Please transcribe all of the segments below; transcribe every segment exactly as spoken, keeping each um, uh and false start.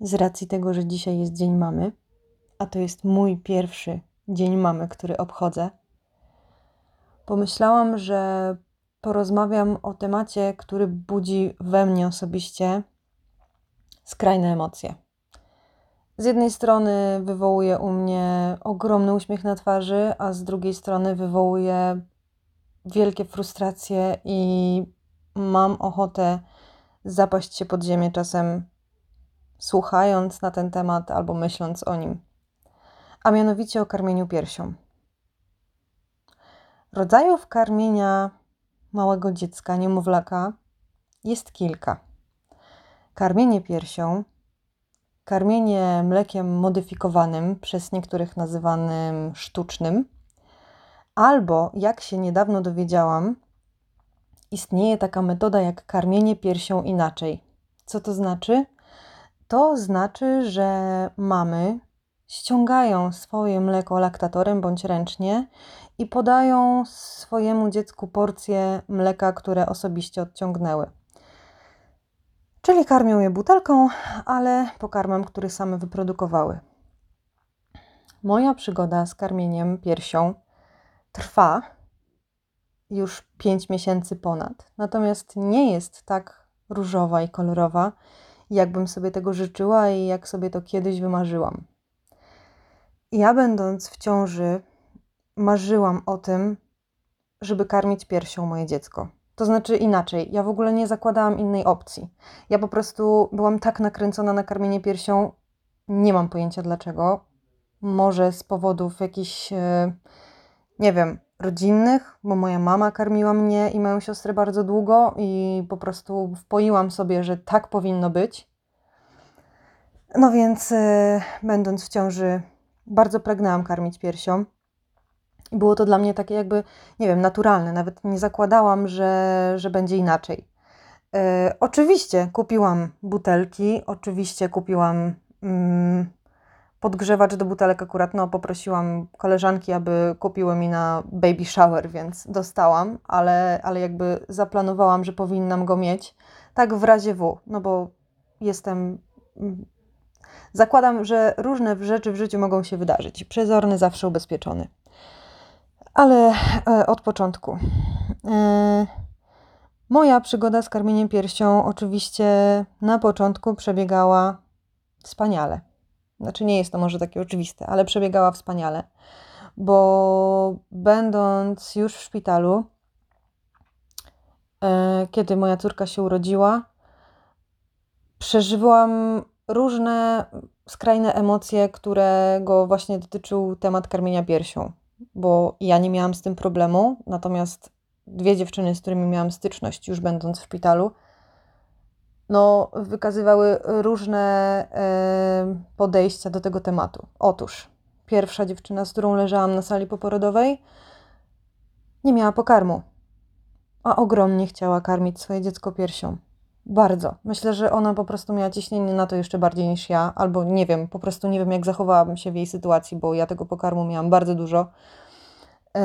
z racji tego, że dzisiaj jest Dzień Mamy, a to jest mój pierwszy Dzień Mamy, który obchodzę, pomyślałam, że porozmawiam o temacie, który budzi we mnie osobiście skrajne emocje. Z jednej strony wywołuje u mnie ogromny uśmiech na twarzy, a z drugiej strony wywołuje wielkie frustracje i mam ochotę zapaść się pod ziemię czasem, słuchając na ten temat albo myśląc o nim. A mianowicie o karmieniu piersią. Rodzajów karmienia małego dziecka, niemowlaka jest kilka. Karmienie piersią, karmienie mlekiem modyfikowanym, przez niektórych nazywanym sztucznym, albo, jak się niedawno dowiedziałam, istnieje taka metoda jak karmienie piersią inaczej. Co to znaczy? To znaczy, że mamy ściągają swoje mleko laktatorem bądź ręcznie i podają swojemu dziecku porcję mleka, które osobiście odciągnęły. Czyli karmią je butelką, ale pokarmem, który same wyprodukowały. Moja przygoda z karmieniem piersią trwa już pięć miesięcy ponad. Natomiast nie jest tak różowa i kolorowa, jakbym sobie tego życzyła i jak sobie to kiedyś wymarzyłam. Ja, będąc w ciąży, marzyłam o tym, żeby karmić piersią moje dziecko. To znaczy inaczej, ja w ogóle nie zakładałam innej opcji. Ja po prostu byłam tak nakręcona na karmienie piersią, nie mam pojęcia dlaczego. Może z powodów jakichś, nie wiem, rodzinnych, bo moja mama karmiła mnie i moją siostrę bardzo długo i po prostu wpoiłam sobie, że tak powinno być. No więc, będąc w ciąży, bardzo pragnęłam karmić piersią. I było to dla mnie takie jakby, nie wiem, naturalne. Nawet nie zakładałam, że, że będzie inaczej. E, oczywiście kupiłam butelki, oczywiście kupiłam mm, podgrzewacz do butelek. Akurat no, poprosiłam koleżanki, aby kupiły mi na baby shower, więc dostałam, ale, ale jakby zaplanowałam, że powinnam go mieć. Tak w razie W, no bo jestem... Zakładam, że różne rzeczy w życiu mogą się wydarzyć. Przezorny, zawsze ubezpieczony. Ale e, od początku. E, moja przygoda z karmieniem piersią oczywiście na początku przebiegała wspaniale. Znaczy nie jest to może takie oczywiste, ale przebiegała wspaniale. Bo będąc już w szpitalu, e, kiedy moja córka się urodziła, przeżywałam różne skrajne emocje, którego właśnie dotyczył temat karmienia piersią. Bo ja nie miałam z tym problemu, natomiast dwie dziewczyny, z którymi miałam styczność już będąc w szpitalu, no wykazywały różne e, podejścia do tego tematu. Otóż pierwsza dziewczyna, z którą leżałam na sali poporodowej, nie miała pokarmu, a ogromnie chciała karmić swoje dziecko piersią. Bardzo. Myślę, że ona po prostu miała ciśnienie na to jeszcze bardziej niż ja, albo nie wiem, po prostu nie wiem, jak zachowałabym się w jej sytuacji, bo ja tego pokarmu miałam bardzo dużo. Yy,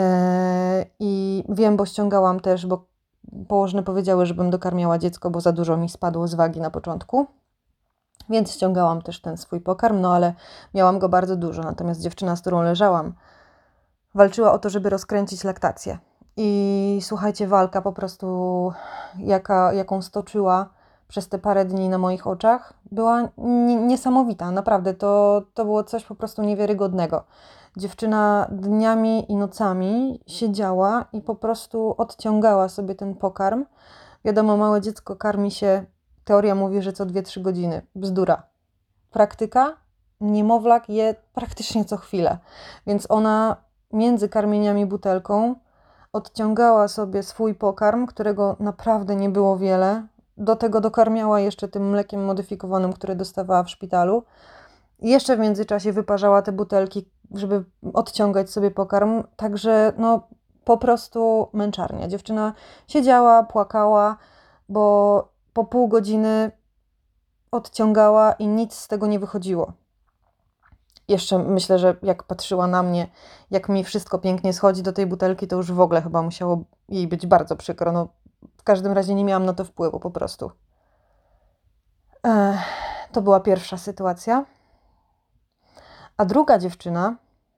I wiem, bo ściągałam też, bo położne powiedziały, żebym dokarmiała dziecko, bo za dużo mi spadło z wagi na początku. Więc ściągałam też ten swój pokarm, no ale miałam go bardzo dużo. Natomiast dziewczyna, z którą leżałam, walczyła o to, żeby rozkręcić laktację. I słuchajcie, walka po prostu, jaka, jaką stoczyła przez te parę dni na moich oczach, była niesamowita. Naprawdę, to, to było coś po prostu niewiarygodnego. Dziewczyna dniami i nocami siedziała i po prostu odciągała sobie ten pokarm. Wiadomo, małe dziecko karmi się, teoria mówi, że co dwie trzy godziny. Bzdura. Praktyka? Niemowlak je praktycznie co chwilę. Więc ona między karmieniami butelką odciągała sobie swój pokarm, którego naprawdę nie było wiele. Do tego dokarmiała jeszcze tym mlekiem modyfikowanym, które dostawała w szpitalu. I jeszcze w międzyczasie wyparzała te butelki, żeby odciągać sobie pokarm. Także no po prostu męczarnia. Dziewczyna siedziała, płakała, bo po pół godziny odciągała i nic z tego nie wychodziło. Jeszcze myślę, że jak patrzyła na mnie, jak mi wszystko pięknie schodzi do tej butelki, to już w ogóle chyba musiało jej być bardzo przykro. No, w każdym razie nie miałam na to wpływu po prostu. Ech, To była pierwsza sytuacja. A druga dziewczyna,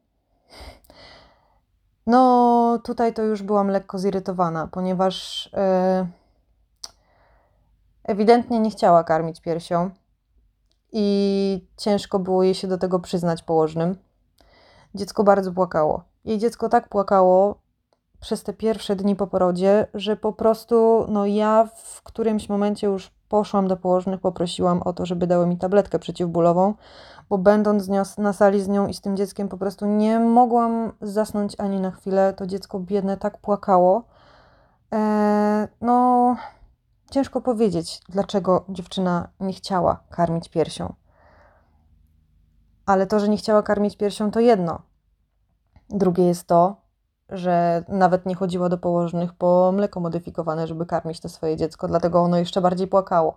no tutaj to już byłam lekko zirytowana, ponieważ yy, ewidentnie nie chciała karmić piersią i ciężko było jej się do tego przyznać położnym. Dziecko bardzo płakało. Jej dziecko tak płakało przez te pierwsze dni po porodzie, że po prostu no ja w którymś momencie już poszłam do położnych, poprosiłam o to, żeby dały mi tabletkę przeciwbólową, bo będąc z nią, na sali z nią i z tym dzieckiem po prostu nie mogłam zasnąć ani na chwilę. To dziecko biedne tak płakało. Eee, no ciężko powiedzieć, dlaczego dziewczyna nie chciała karmić piersią. Ale to, że nie chciała karmić piersią, to jedno. Drugie jest to, że nawet nie chodziła do położnych po mleko modyfikowane, żeby karmić to swoje dziecko, dlatego ono jeszcze bardziej płakało.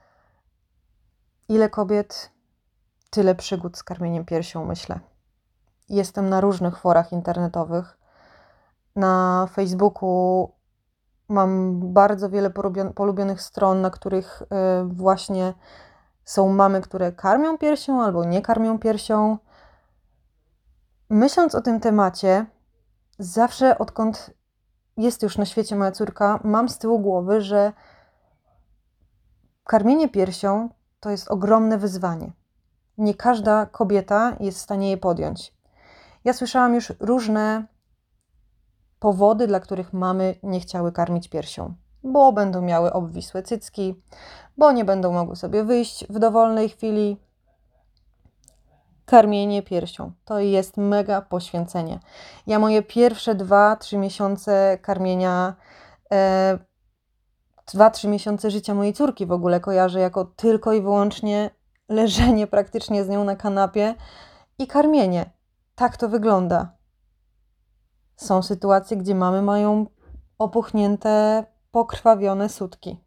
Ile kobiet, tyle przygód z karmieniem piersią, myślę. Jestem na różnych forach internetowych. Na Facebooku mam bardzo wiele polubionych stron, na których właśnie są mamy, które karmią piersią albo nie karmią piersią. Myśląc o tym temacie, zawsze odkąd jest już na świecie moja córka, mam z tyłu głowy, że karmienie piersią to jest ogromne wyzwanie. Nie każda kobieta jest w stanie je podjąć. Ja słyszałam już różne powody, dla których mamy nie chciały karmić piersią. Bo będą miały obwisłe cycki, bo nie będą mogły sobie wyjść w dowolnej chwili. Karmienie piersią to jest mega poświęcenie. Ja moje pierwsze dwa trzy miesiące karmienia, e, dwa trzy miesiące życia mojej córki w ogóle kojarzę jako tylko i wyłącznie leżenie praktycznie z nią na kanapie i karmienie. Tak to wygląda. Są sytuacje, gdzie mamy mają opuchnięte, pokrwawione sutki.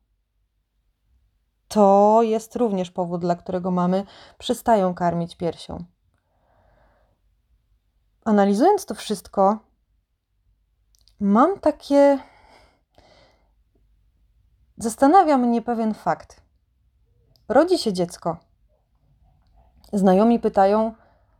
To jest również powód, dla którego mamy przestają karmić piersią. Analizując to wszystko, mam takie... Zastanawia mnie pewien fakt. Rodzi się dziecko. Znajomi pytają,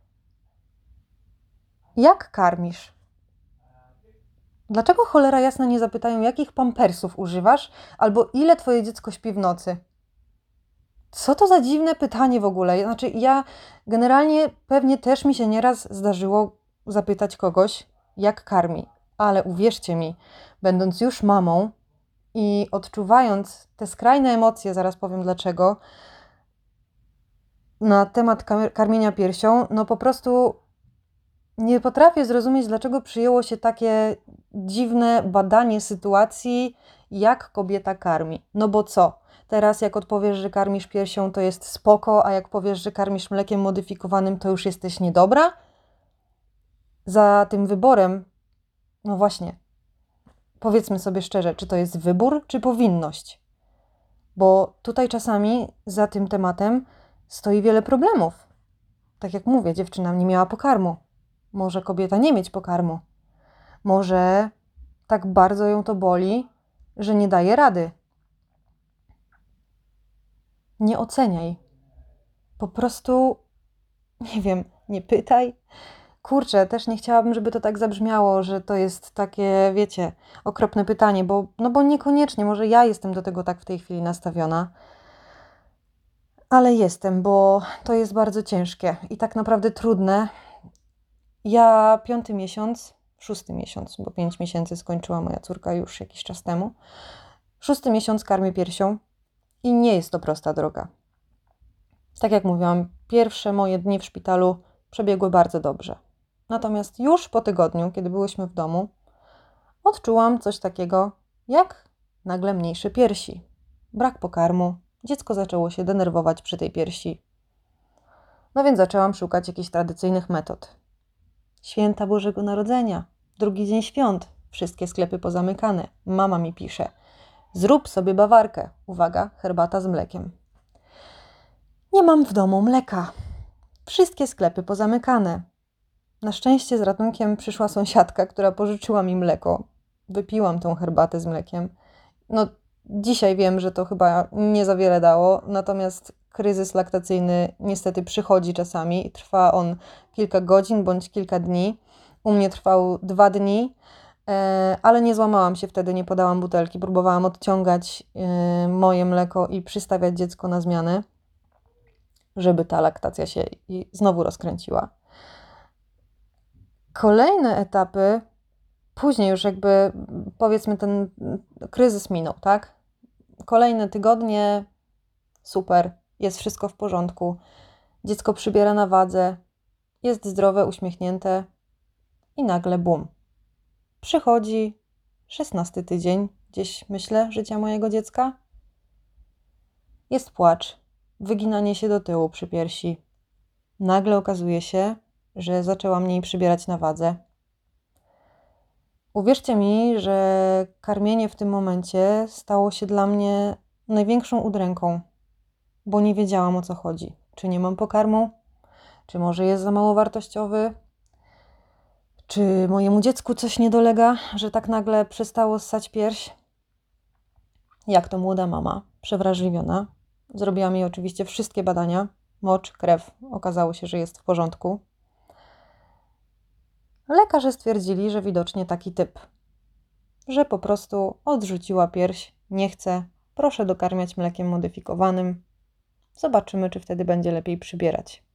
jak karmisz? Dlaczego cholera jasna nie zapytają, jakich pampersów używasz, albo ile twoje dziecko śpi w nocy? Co to za dziwne pytanie w ogóle? Znaczy ja generalnie pewnie też mi się nieraz zdarzyło zapytać kogoś, jak karmi. Ale uwierzcie mi, będąc już mamą i odczuwając te skrajne emocje, zaraz powiem dlaczego, na temat karmienia piersią, no po prostu nie potrafię zrozumieć, dlaczego przyjęło się takie dziwne badanie sytuacji, jak kobieta karmi. No bo co? Teraz jak odpowiesz, że karmisz piersią, to jest spoko, a jak powiesz, że karmisz mlekiem modyfikowanym, to już jesteś niedobra? Za tym wyborem, no właśnie, powiedzmy sobie szczerze, czy to jest wybór, czy powinność? Bo tutaj czasami za tym tematem stoi wiele problemów. Tak jak mówię, dziewczyna nie miała pokarmu. Może kobieta nie mieć pokarmu. Może tak bardzo ją to boli, że nie daje rady. Nie oceniaj. Po prostu, nie wiem, nie pytaj. Kurczę, też nie chciałabym, żeby to tak zabrzmiało, że to jest takie, wiecie, okropne pytanie, bo, no bo niekoniecznie, może ja jestem do tego tak w tej chwili nastawiona, ale jestem, bo to jest bardzo ciężkie i tak naprawdę trudne. Ja piąty miesiąc, szósty miesiąc, bo pięć miesięcy skończyła moja córka już jakiś czas temu, szósty miesiąc karmię piersią i nie jest to prosta droga. Tak jak mówiłam, pierwsze moje dni w szpitalu przebiegły bardzo dobrze. Natomiast już po tygodniu, kiedy byłyśmy w domu, odczułam coś takiego jak nagle mniejsze piersi. Brak pokarmu. Dziecko zaczęło się denerwować przy tej piersi. No więc zaczęłam szukać jakichś tradycyjnych metod. Święta Bożego Narodzenia, drugi dzień świąt, wszystkie sklepy pozamykane. Mama mi pisze, zrób sobie bawarkę. Uwaga, herbata z mlekiem. Nie mam w domu mleka. Wszystkie sklepy pozamykane. Na szczęście z ratunkiem przyszła sąsiadka, która pożyczyła mi mleko. Wypiłam tą herbatę z mlekiem. No, dzisiaj wiem, że to chyba nie za wiele dało, natomiast kryzys laktacyjny niestety przychodzi czasami. Trwa on kilka godzin bądź kilka dni. U mnie trwał dwa dni, ale nie złamałam się wtedy, nie podałam butelki. Próbowałam odciągać moje mleko i przystawiać dziecko na zmianę, żeby ta laktacja się znowu rozkręciła. Kolejne etapy, później już jakby powiedzmy ten kryzys minął, tak? Kolejne tygodnie, super, jest wszystko w porządku. Dziecko przybiera na wadze, jest zdrowe, uśmiechnięte i nagle bum. Przychodzi szesnasty tydzień, gdzieś myślę, życia mojego dziecka. Jest płacz, wyginanie się do tyłu przy piersi. Nagle okazuje się, że zaczęła mniej przybierać na wadze. Uwierzcie mi, że karmienie w tym momencie stało się dla mnie największą udręką, bo nie wiedziałam, o co chodzi. Czy nie mam pokarmu? Czy może jest za mało wartościowy? Czy mojemu dziecku coś nie dolega, że tak nagle przestało ssać pierś? Jak to młoda mama, przewrażliwiona, zrobiłam jej oczywiście wszystkie badania, mocz, krew, okazało się, że jest w porządku. Lekarze stwierdzili, że widocznie taki typ, że po prostu odrzuciła pierś, nie chce, proszę dokarmiać mlekiem modyfikowanym, zobaczymy, czy wtedy będzie lepiej przybierać.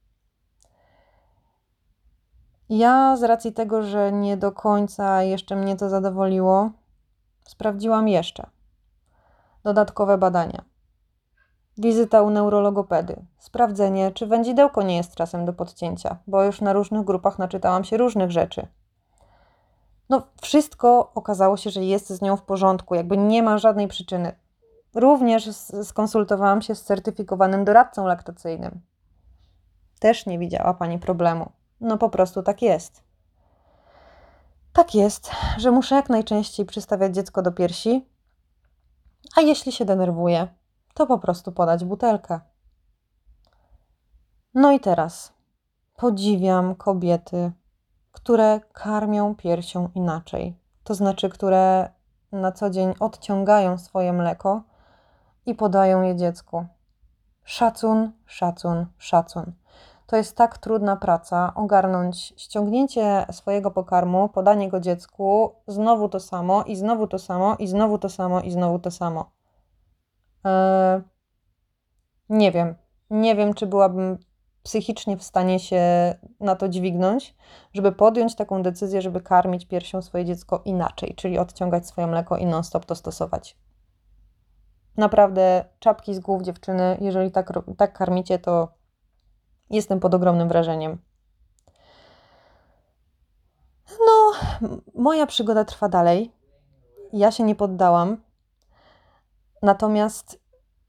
Ja z racji tego, że nie do końca jeszcze mnie to zadowoliło, sprawdziłam jeszcze dodatkowe badania. Wizyta u neurologopedy, sprawdzenie, czy wędzidełko nie jest czasem do podcięcia, bo już na różnych grupach naczytałam się różnych rzeczy. No wszystko okazało się, że jest z nią w porządku, jakby nie ma żadnej przyczyny. Również skonsultowałam się z certyfikowanym doradcą laktacyjnym. Też nie widziała pani problemu. No po prostu tak jest. Tak jest, że muszę jak najczęściej przystawiać dziecko do piersi, a jeśli się denerwuje, to po prostu podać butelkę. No i teraz podziwiam kobiety, które karmią piersią inaczej. To znaczy, które na co dzień odciągają swoje mleko i podają je dziecku. Szacun, szacun, szacun. To jest tak trudna praca, ogarnąć ściągnięcie swojego pokarmu, podanie go dziecku, znowu to samo i znowu to samo i znowu to samo i znowu to samo. Eee, nie wiem. Nie wiem, czy byłabym psychicznie w stanie się na to dźwignąć, żeby podjąć taką decyzję, żeby karmić piersią swoje dziecko inaczej, czyli odciągać swoje mleko i non-stop to stosować. Naprawdę czapki z głów, dziewczyny, jeżeli tak, tak karmicie, to jestem pod ogromnym wrażeniem. No, moja przygoda trwa dalej. Ja się nie poddałam. Natomiast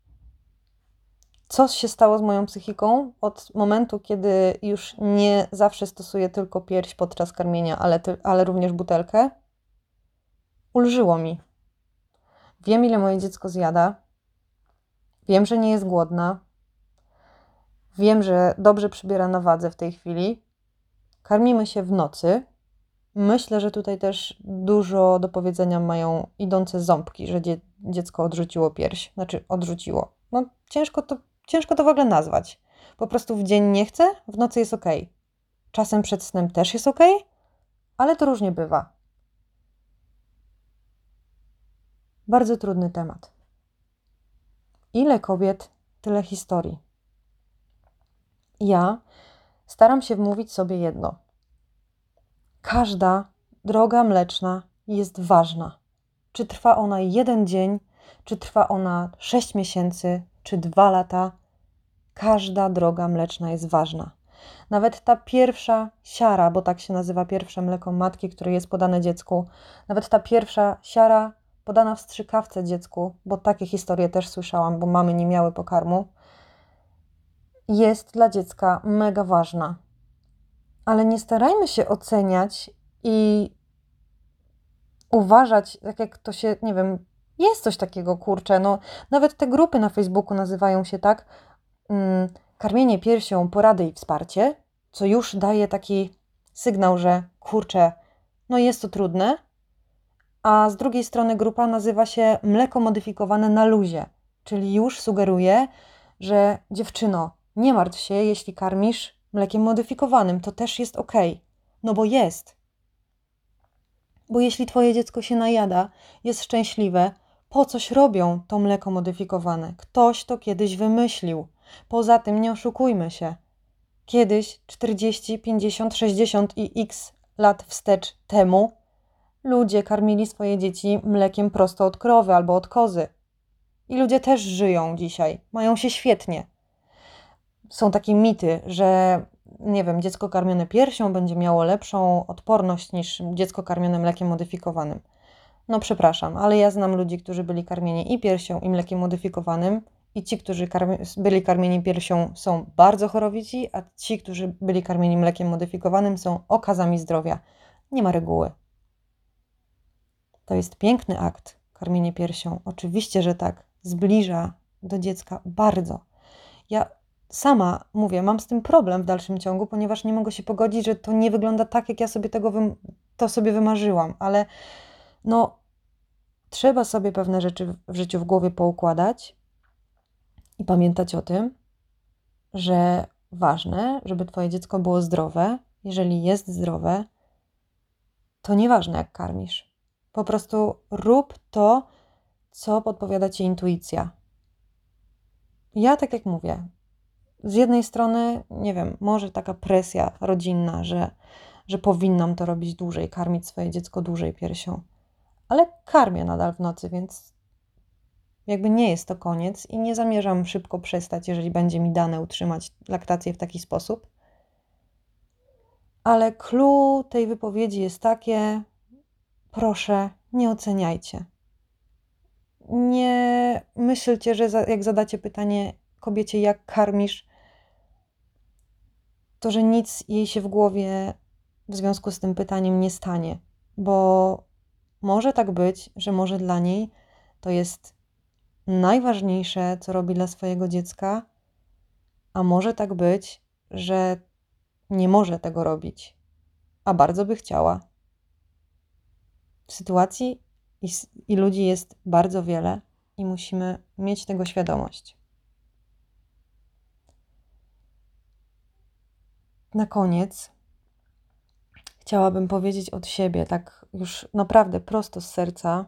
co się stało z moją psychiką od momentu, kiedy już nie zawsze stosuję tylko pierś podczas karmienia, ale, ty, ale również butelkę? Ulżyło mi. Wiem, ile moje dziecko zjada. Wiem, że nie jest głodna. Wiem, że dobrze przybiera na wadze w tej chwili. Karmimy się w nocy. Myślę, że tutaj też dużo do powiedzenia mają idące ząbki, że dzie- dziecko odrzuciło pierś. Znaczy odrzuciło. No ciężko to, ciężko to w ogóle nazwać. Po prostu w dzień nie chce, w nocy jest ok. Czasem przed snem też jest ok, ale to różnie bywa. Bardzo trudny temat. Ile kobiet, tyle historii. Ja staram się wmówić sobie jedno. Każda droga mleczna jest ważna. Czy trwa ona jeden dzień, czy trwa ona sześć miesięcy, czy dwa lata, każda droga mleczna jest ważna. Nawet ta pierwsza siara, bo tak się nazywa pierwsze mleko matki, które jest podane dziecku, nawet ta pierwsza siara podana w strzykawce dziecku, bo takie historie też słyszałam, bo mamy nie miały pokarmu, jest dla dziecka mega ważna. Ale nie starajmy się oceniać i uważać, tak jak to się, nie wiem, jest coś takiego, kurczę, no nawet te grupy na Facebooku nazywają się tak, mm, karmienie piersią, porady i wsparcie, co już daje taki sygnał, że kurczę, no jest to trudne, a z drugiej strony grupa nazywa się mleko modyfikowane na luzie, czyli już sugeruje, że dziewczyno, nie martw się, jeśli karmisz mlekiem modyfikowanym, to też jest okej. No bo jest. Bo jeśli twoje dziecko się najada, jest szczęśliwe, po coś robią to mleko modyfikowane? Ktoś to kiedyś wymyślił. Poza tym nie oszukujmy się. Kiedyś, czterdzieści, pięćdziesiąt, sześćdziesiąt i x lat wstecz temu, ludzie karmili swoje dzieci mlekiem prosto od krowy albo od kozy. I ludzie też żyją dzisiaj, mają się świetnie. Są takie mity, że nie wiem, dziecko karmione piersią będzie miało lepszą odporność niż dziecko karmione mlekiem modyfikowanym. No przepraszam, ale ja znam ludzi, którzy byli karmieni i piersią, i mlekiem modyfikowanym, i ci, którzy karmi- byli karmieni piersią, są bardzo chorowici, a ci, którzy byli karmieni mlekiem modyfikowanym, są okazami zdrowia. Nie ma reguły. To jest piękny akt, karmienie piersią. Oczywiście, że tak. Zbliża do dziecka bardzo. Ja sama mówię, mam z tym problem w dalszym ciągu, ponieważ nie mogę się pogodzić, że to nie wygląda tak, jak ja sobie tego wym- to sobie wymarzyłam, ale no trzeba sobie pewne rzeczy w życiu w głowie poukładać i pamiętać o tym, że ważne, żeby twoje dziecko było zdrowe. Jeżeli jest zdrowe, to nieważne jak karmisz. Po prostu rób to, co podpowiada ci intuicja. Ja tak jak mówię, z jednej strony, nie wiem, może taka presja rodzinna, że, że powinnam to robić dłużej, karmić swoje dziecko dłużej piersią. Ale karmię nadal w nocy, więc jakby nie jest to koniec i nie zamierzam szybko przestać, jeżeli będzie mi dane utrzymać laktację w taki sposób. Ale clue tej wypowiedzi jest takie, proszę, nie oceniajcie. Nie myślcie, że za, jak zadacie pytanie kobiecie, jak karmisz, to, że nic jej się w głowie w związku z tym pytaniem nie stanie, bo może tak być, że może dla niej to jest najważniejsze, co robi dla swojego dziecka, a może tak być, że nie może tego robić, a bardzo by chciała. Sytuacji i, i ludzi jest bardzo wiele i musimy mieć tego świadomość. Na koniec chciałabym powiedzieć od siebie, tak już naprawdę prosto z serca,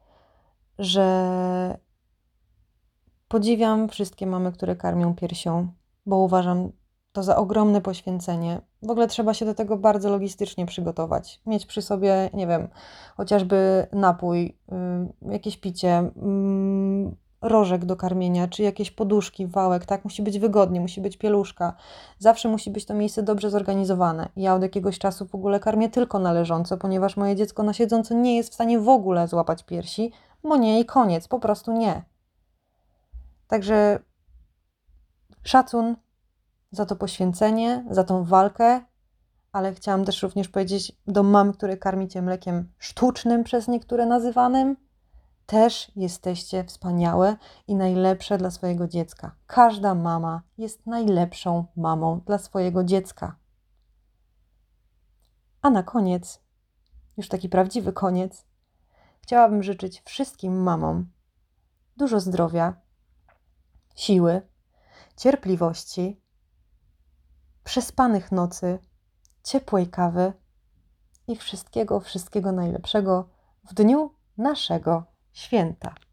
że podziwiam wszystkie mamy, które karmią piersią, bo uważam to za ogromne poświęcenie. W ogóle trzeba się do tego bardzo logistycznie przygotować. Mieć przy sobie, nie wiem, chociażby napój, yy, jakieś picie, yy, rożek do karmienia, czy jakieś poduszki, wałek, tak? Musi być wygodnie, musi być pieluszka. Zawsze musi być to miejsce dobrze zorganizowane. Ja od jakiegoś czasu w ogóle karmię tylko na leżąco, ponieważ moje dziecko na siedząco nie jest w stanie w ogóle złapać piersi, bo nie i koniec, po prostu nie. Także szacun za to poświęcenie, za tą walkę, ale chciałam też również powiedzieć do mam, które karmicie mlekiem sztucznym przez niektóre nazywanym, też jesteście wspaniałe i najlepsze dla swojego dziecka. Każda mama jest najlepszą mamą dla swojego dziecka. A na koniec, już taki prawdziwy koniec, chciałabym życzyć wszystkim mamom dużo zdrowia, siły, cierpliwości, przespanych nocy, ciepłej kawy i wszystkiego, wszystkiego najlepszego w dniu naszego święta.